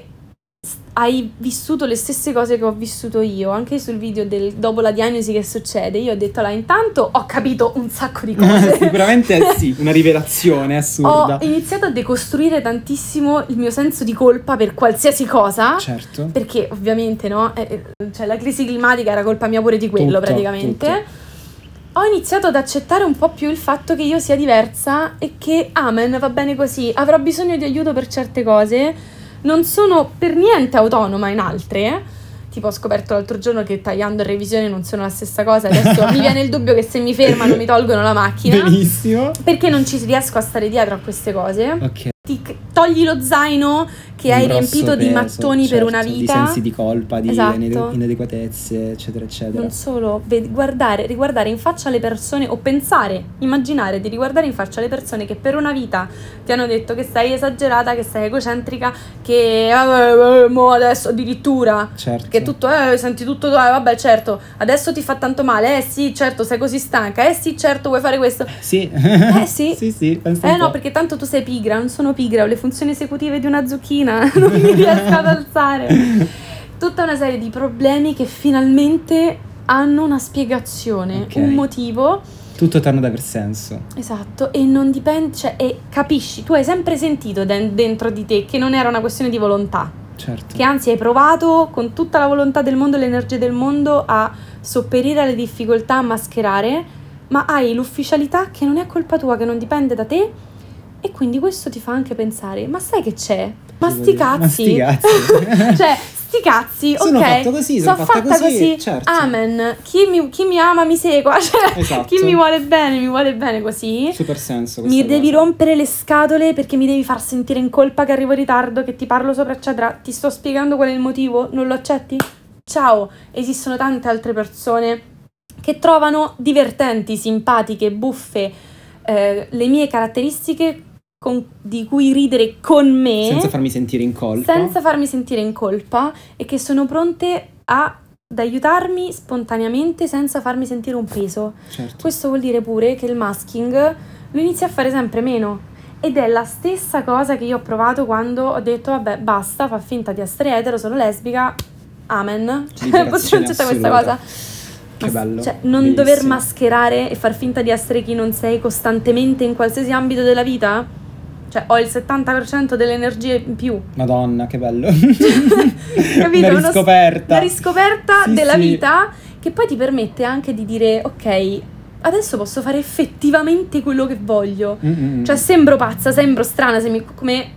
hai vissuto le stesse cose che ho vissuto io. Anche sul video del dopo la diagnosi che succede, io ho detto là, intanto ho capito un sacco di cose. Sicuramente sì, una rivelazione assurda. Ho iniziato a decostruire tantissimo il mio senso di colpa per qualsiasi cosa. Certo. Perché ovviamente, no, cioè la crisi climatica era colpa mia pure di quello, Tutto, praticamente. Ho iniziato ad accettare un po' più il fatto che io sia diversa e che amen, va bene così, avrò bisogno di aiuto per certe cose, non sono per niente autonoma in altre. Tipo ho scoperto l'altro giorno che tagliando e revisione non sono la stessa cosa, adesso mi viene il dubbio che se mi fermano mi tolgono la macchina. Benissimo. Perché non ci riesco a stare dietro a queste cose. Ok. Ti togli lo zaino che hai Un grosso riempito di peso, mattoni per una certo, vita. di sensi di colpa, di Esatto. inadeguatezze, eccetera, eccetera. Non solo, riguardare in faccia le persone o immaginare di riguardare in faccia le persone che per una vita ti hanno detto che sei esagerata, che sei egocentrica, che mo adesso addirittura Certo. che tutto senti tutto vabbè certo, adesso ti fa tanto male, sì certo sei così stanca, sì certo vuoi fare questo, Sì. sì. Sì, pensa un no, po'. perché tanto tu sei pigra, non sono pigra, ho le funzioni esecutive di una zucchina, non mi riesco ad alzare. Tutta una serie di problemi che finalmente hanno una spiegazione, Ok. un motivo. Tutto torna ad aver senso. Esatto, e non dipende, cioè, e capisci, tu hai sempre sentito dentro di te che non era una questione di volontà, Certo. che anzi hai provato con tutta la volontà del mondo e l'energia del mondo a sopperire alle difficoltà, a mascherare, ma hai l'ufficialità che non è colpa tua, che non dipende da te, e quindi questo ti fa anche pensare, ma sai che c'è? Ma sti cazzi! Cioè, sti cazzi, Sono ok, fatto così, sono fatta così, certo. amen, chi mi ama mi segua, cioè, Esatto. chi mi vuole bene così. Super senso Mi questa devi cosa. rompere le scatole perché mi devi far sentire in colpa che arrivo in ritardo, che ti parlo sopra eccetera, ti sto spiegando qual è il motivo, non lo accetti? Ciao, esistono tante altre persone che trovano divertenti, simpatiche, buffe le mie caratteristiche di cui ridere con me Senza farmi sentire in colpa. e che sono pronte ad aiutarmi spontaneamente senza farmi sentire un peso. Certo. Questo vuol dire pure che il masking lo inizi a fare sempre meno, ed è la stessa cosa che io ho provato quando ho detto vabbè basta, fa finta di essere etero, sono lesbica, amen, Liberazione possiamo accettare questa assoluta. cosa. Che bello. Cioè, non bellissimo. dover mascherare e far finta di essere chi non sei costantemente in qualsiasi ambito della vita. Cioè, ho il 70% delle energie in più. Madonna, che bello. Capito? Una riscoperta. Una riscoperta Sì, della sì. vita che poi ti permette anche di dire ok, adesso posso fare effettivamente quello che voglio. Cioè, sembro pazza, sembro strana, come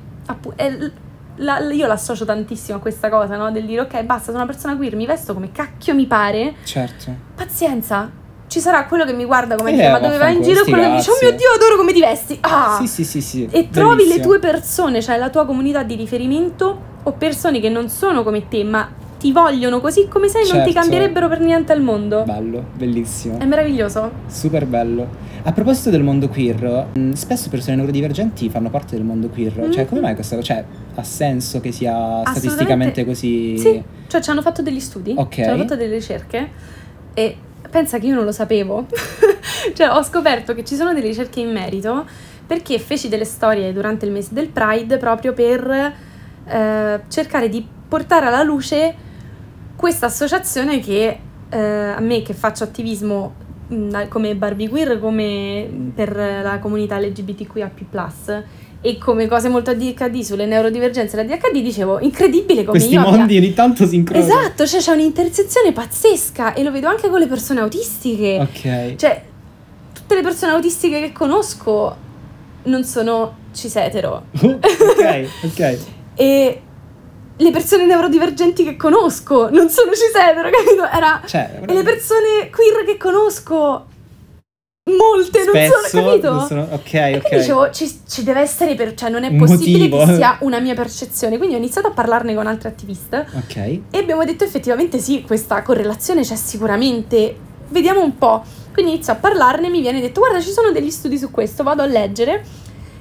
io l'associo tantissimo a questa cosa, no? Del dire ok, basta, sono una persona queer, mi vesto come cacchio mi pare. Certo. Pazienza, ci sarà quello che mi guarda come dice ma dove vaffanculo, vai in giro, e sti quello che dice oh cazzi. mio Dio adoro come ti vesti. Ah! Sì. E trovi le Bellissimo. tue persone, cioè la tua comunità di riferimento o persone che non sono come te ma ti vogliono così come sei, non ti Certo. cambierebbero per niente al mondo. Bello, bellissimo. È meraviglioso. Super bello. A proposito del mondo queer, spesso persone neurodivergenti fanno parte del mondo queer. Cioè, come mai questa cosa? Cioè, ha senso che sia statisticamente così? Sì, cioè ci hanno fatto degli studi, Ok. ci hanno fatto delle ricerche e pensa che io non lo sapevo. Cioè ho scoperto che ci sono delle ricerche in merito perché feci delle storie durante il mese del Pride proprio per cercare di portare alla luce questa associazione che a me che faccio attivismo come Barbie Queer, come per la comunità LGBTQIA+, e come cose molto ADHD sulle neurodivergenze e l'ADHD, dicevo, incredibile come Questi io mondi ogni tanto si incrociano. Esatto, cioè c'è un'intersezione pazzesca e lo vedo anche con le persone autistiche. Ok. Cioè, tutte le persone autistiche che conosco non sono cis-etero. Ok. E le persone neurodivergenti che conosco non sono cis-etero, capito? Cioè, E le persone queer che conosco molte spesso non sono, capito? non sono- ok. E quindi dicevo, ci deve essere, cioè non è Un possibile motivo. che sia una mia percezione. Quindi ho iniziato a parlarne con altri attiviste Ok. e abbiamo detto effettivamente sì, questa correlazione c'è sicuramente, vediamo un po'. Quindi inizio a parlarne, mi viene detto guarda ci sono degli studi su questo, vado a leggere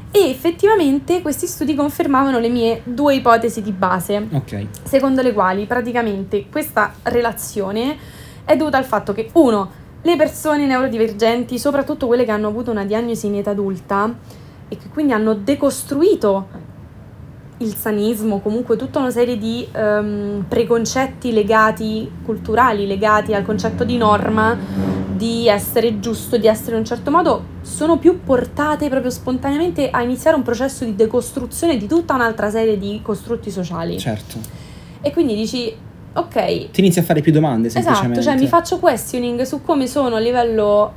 E effettivamente questi studi confermavano le mie 2 ipotesi di base, Ok. secondo le quali praticamente questa relazione è dovuta al fatto che, uno, le persone neurodivergenti, soprattutto quelle che hanno avuto una diagnosi in età adulta e che quindi hanno decostruito il sanismo, comunque tutta una serie di preconcetti culturali legati al concetto di norma, di essere giusto, di essere in un certo modo, sono più portate proprio spontaneamente a iniziare un processo di decostruzione di tutta un'altra serie di costrutti sociali. Certo. E quindi dici, ok, Ti inizi a fare più domande, semplicemente. esatto, cioè mi faccio questioning su come sono a livello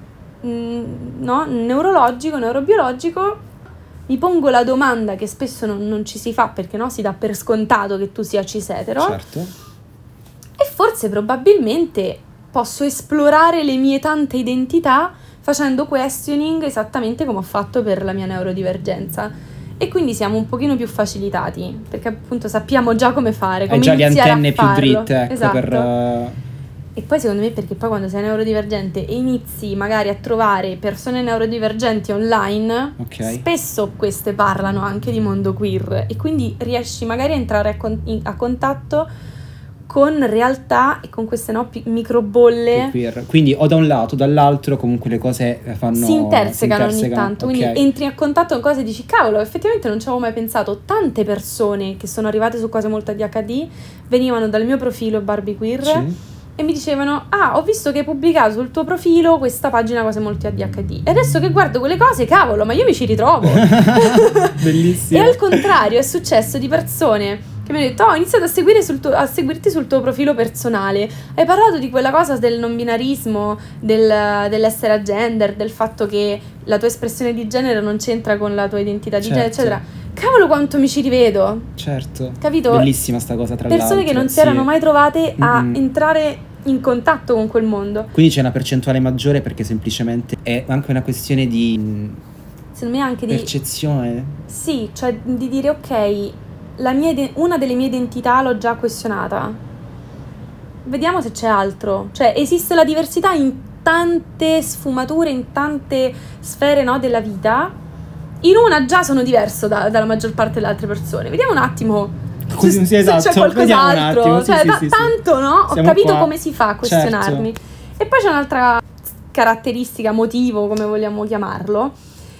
neurologico, neurobiologico, mi pongo la domanda che spesso non ci si fa perché no, si dà per scontato che tu sia cis-etero, Certo. e forse probabilmente posso esplorare le mie tante identità facendo questioning esattamente come ho fatto per la mia neurodivergenza. E quindi siamo un pochino più facilitati perché appunto sappiamo già come fare, come Hai già le iniziare a antenne più farlo. dritte, ecco, Esatto. per... E poi secondo me perché poi quando sei neurodivergente e inizi magari a trovare persone neurodivergenti online, Ok. spesso queste parlano anche di mondo queer e quindi riesci magari a entrare a contatto con realtà e con queste microbolle. Queer. Quindi o da un lato o dall'altro comunque le cose Si intersecano ogni tanto, ok. quindi entri a contatto con cose e dici cavolo, effettivamente non ci avevo mai pensato. Tante persone che sono arrivate su cose molto ADHD venivano dal mio profilo Barbie Queer, Sì. e mi dicevano ho visto che hai pubblicato sul tuo profilo questa pagina cose molto ADHD e adesso che guardo quelle cose, cavolo, ma io mi ci ritrovo. Bellissimo. E al contrario è successo di persone che mi hanno detto ho iniziato a seguirti sul tuo profilo personale, hai parlato di quella cosa del non binarismo, dell'essere agender, del fatto che la tua espressione di genere non c'entra con la tua identità di genere, eccetera. Cavolo quanto mi ci rivedo. Certo. Capito? Bellissima sta cosa, tra l'altro. Persone che non si sì. erano mai trovate a Mm-mm. entrare in contatto con quel mondo. Quindi c'è una percentuale maggiore perché semplicemente è anche una questione di Secondo me anche di percezione. sì, cioè di dire ok, una delle mie identità l'ho già questionata. Vediamo se c'è altro. Cioè esiste la diversità in tante sfumature, in tante sfere, no, della vita. In una già sono diverso dalla maggior parte delle altre persone. Vediamo un attimo Così, sì, esatto. se c'è Vediamo un qualcos'altro. attimo, sì, Cioè, sì, sì, tanto, no? Ho Siamo capito qua. come si fa a questionarmi. Certo. E poi c'è un'altra caratteristica, motivo, come vogliamo chiamarlo,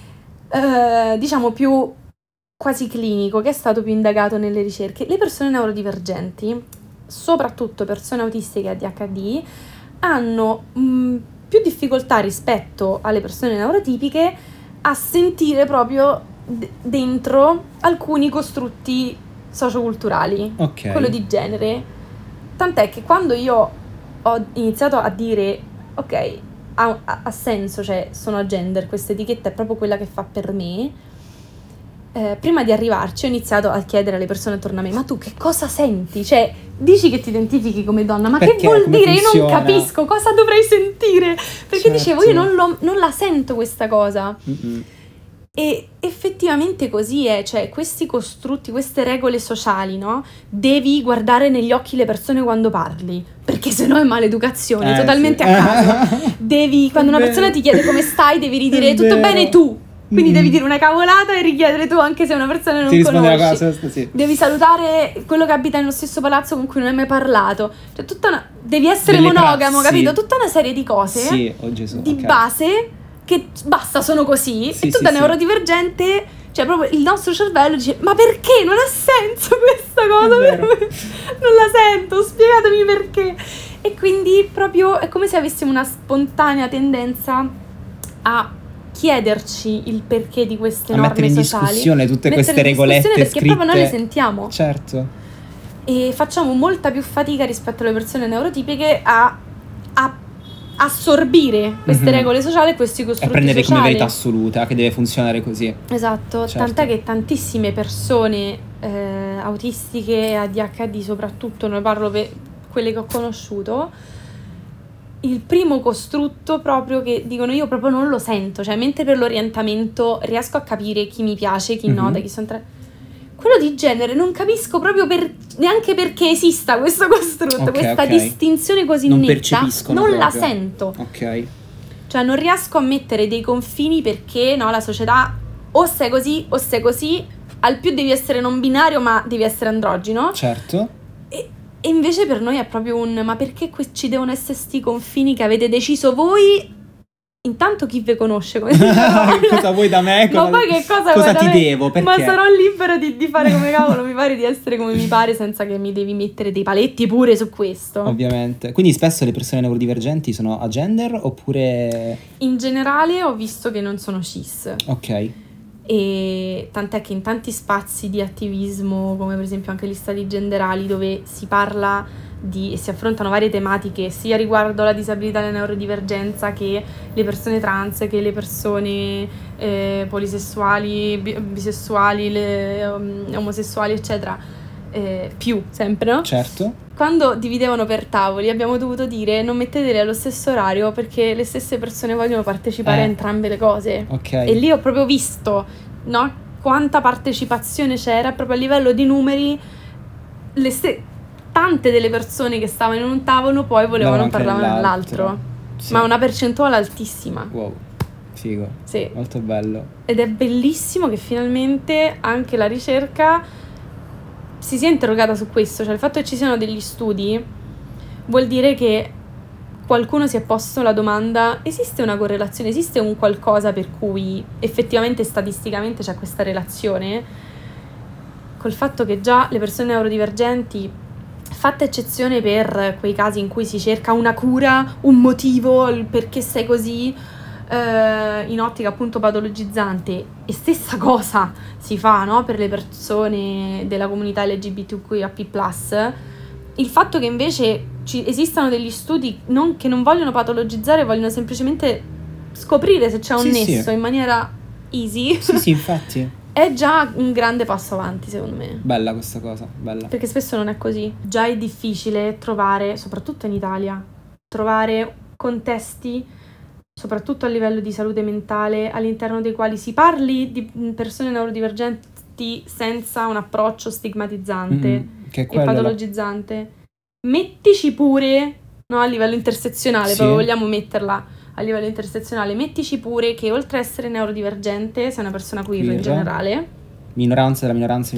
diciamo più quasi clinico, che è stato più indagato nelle ricerche. Le persone neurodivergenti, soprattutto persone autistiche e ADHD, hanno più difficoltà rispetto alle persone neurotipiche a sentire proprio dentro alcuni costrutti socioculturali, Ok. quello di genere. Tant'è che quando io ho iniziato a dire ok, ha senso, cioè sono agender, questa etichetta è proprio quella che fa per me, prima di arrivarci ho iniziato a chiedere alle persone attorno a me: ma tu che cosa senti? Cioè dici che ti identifichi come donna, ma Perché? che vuol Come dire? Io non funziona? capisco cosa dovrei sentire, perché Certo. dicevo io non la sento questa cosa. Mm-mm. E effettivamente così è, cioè questi costrutti, queste regole sociali, no? Devi guardare negli occhi le persone quando parli, perché sennò è maleducazione, totalmente sì. a caso. Devi, quando una È persona vero. ti chiede come stai, devi ridire È tutto vero. bene tu. Quindi Mm. devi dire una cavolata e richiedere tu anche se una persona non Ti risponde la conosci. cosa, sì. Devi salutare quello che abita nello stesso palazzo con cui non hai mai parlato. Cioè devi essere Delle monogamo, prassi. capito? Tutta una serie di cose Sì, oh Gesù. di ok. base che basta, sono così. Sì, E tu sì, da sì. neurodivergente, cioè proprio il nostro cervello dice: ma perché? Non ha senso questa cosa È per vero. me. Non la sento, spiegatemi perché. E quindi proprio è come se avessimo una spontanea tendenza a chiederci il perché di queste A norme mettere in sociali, discussione tutte metterle queste in discussione regolette perché scritte. proprio noi le sentiamo Certo. e facciamo molta più fatica rispetto alle persone neurotipiche a assorbire queste Mhm. regole sociali e questi E costrutti prendere come sociali. verità assoluta che deve funzionare così. Esatto, Certo. tant'è che tantissime persone autistiche e ADHD soprattutto, ne parlo per quelle che ho conosciuto, il primo costrutto proprio che dicono io proprio non lo sento, cioè mentre per l'orientamento riesco a capire chi mi piace, chi no, Mhm. da chi sono quello di genere non capisco proprio neanche perché esista questo costrutto, Ok, questa ok. distinzione così Non netta, percepiscono non la proprio. sento. Ok. Cioè non riesco a mettere dei confini perché no, la società o sei così o sei così, al più devi essere non binario ma devi essere androgino. Certo. E invece per noi è proprio ma perché ci devono essere sti confini che avete deciso voi? Intanto chi vi conosce? Come cosa vuoi da me? Ma poi che cosa cosa vuoi ti da me? devo? Perché? Ma sarò libero di fare come cavolo mi pare, di essere come mi pare, senza che mi devi mettere dei paletti pure su questo. Ovviamente. Quindi spesso le persone neurodivergenti sono agender oppure... In generale ho visto che non sono cis. Ok. E tant'è che in tanti spazi di attivismo, come per esempio anche gli stati genderali, dove si parla e si affrontano varie tematiche sia riguardo la disabilità e la neurodivergenza, che le persone trans, che le persone polisessuali, bisessuali, omosessuali, eccetera, più sempre, no? Certo. Quando dividevano per tavoli abbiamo dovuto dire non metteteli allo stesso orario perché le stesse persone vogliono partecipare a entrambe le cose. Ok. E lì ho proprio visto, no, quanta partecipazione c'era proprio a livello di numeri. Tante delle persone che stavano in un tavolo poi volevano parlare nell'altro. Sì. Ma una percentuale altissima. Wow, figo. Sì. Molto bello. Ed è bellissimo che finalmente anche la ricerca si sia interrogata su questo. Cioè il fatto che ci siano degli studi vuol dire che qualcuno si è posto la domanda: esiste una correlazione, esiste un qualcosa per cui effettivamente statisticamente c'è questa relazione col fatto che già le persone neurodivergenti, fatta eccezione per quei casi in cui si cerca una cura, un motivo, il perché sei così, in ottica appunto patologizzante, e stessa cosa si fa, no, per le persone della comunità LGBTQIA+, il fatto che invece esistano degli studi che non vogliono patologizzare, vogliono semplicemente scoprire se c'è un nesso in maniera easy. Sì, infatti. È già un grande passo avanti, secondo me. Bella questa cosa, bella. Perché spesso non è così. Già è difficile trovare, soprattutto in Italia, trovare contesti, soprattutto a livello di salute mentale, all'interno dei quali si parli di persone neurodivergenti senza un approccio stigmatizzante che e patologizzante. Mettici pure, no, a livello intersezionale, sì. proprio vogliamo metterla a livello intersezionale, mettici pure che oltre a essere neurodivergente sei una persona queer in generale. Minoranza della minoranza.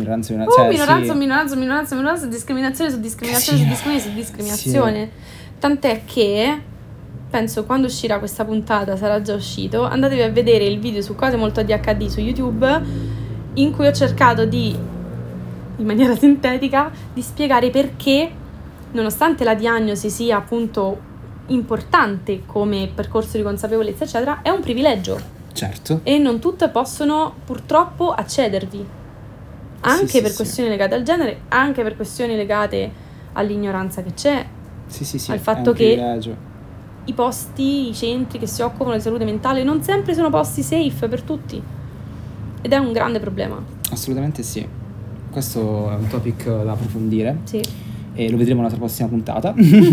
Minoranza, discriminazione su discriminazione. Sì. Tant'è che penso quando uscirà questa puntata, sarà già uscito, andatevi a vedere il video su Cose Molto ADHD su YouTube, in cui ho cercato in maniera sintetica, di spiegare perché, nonostante la diagnosi sia appunto importante come percorso di consapevolezza eccetera, è un privilegio. Certo. E non tutte possono purtroppo accedervi, anche per questioni legate al genere, anche per questioni legate all'ignoranza che c'è, al fatto che i posti, i centri che si occupano di salute mentale non sempre sono posti safe per tutti, ed è un grande problema. Assolutamente sì, questo è un topic da approfondire. Sì. E lo vedremo nella prossima puntata.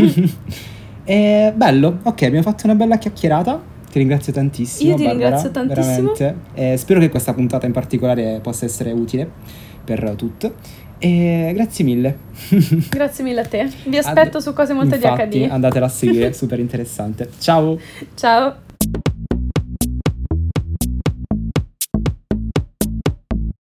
Bello, ok, abbiamo fatto una bella chiacchierata. Ti ringrazio tantissimo. Io ti Barbara, ringrazio tantissimo. Veramente. Spero che questa puntata in particolare possa essere utile per tutte. E grazie mille. Grazie mille a te. Vi aspetto su Cose Molto ADHD. Infatti, andatela a seguire, super interessante. Ciao. Ciao.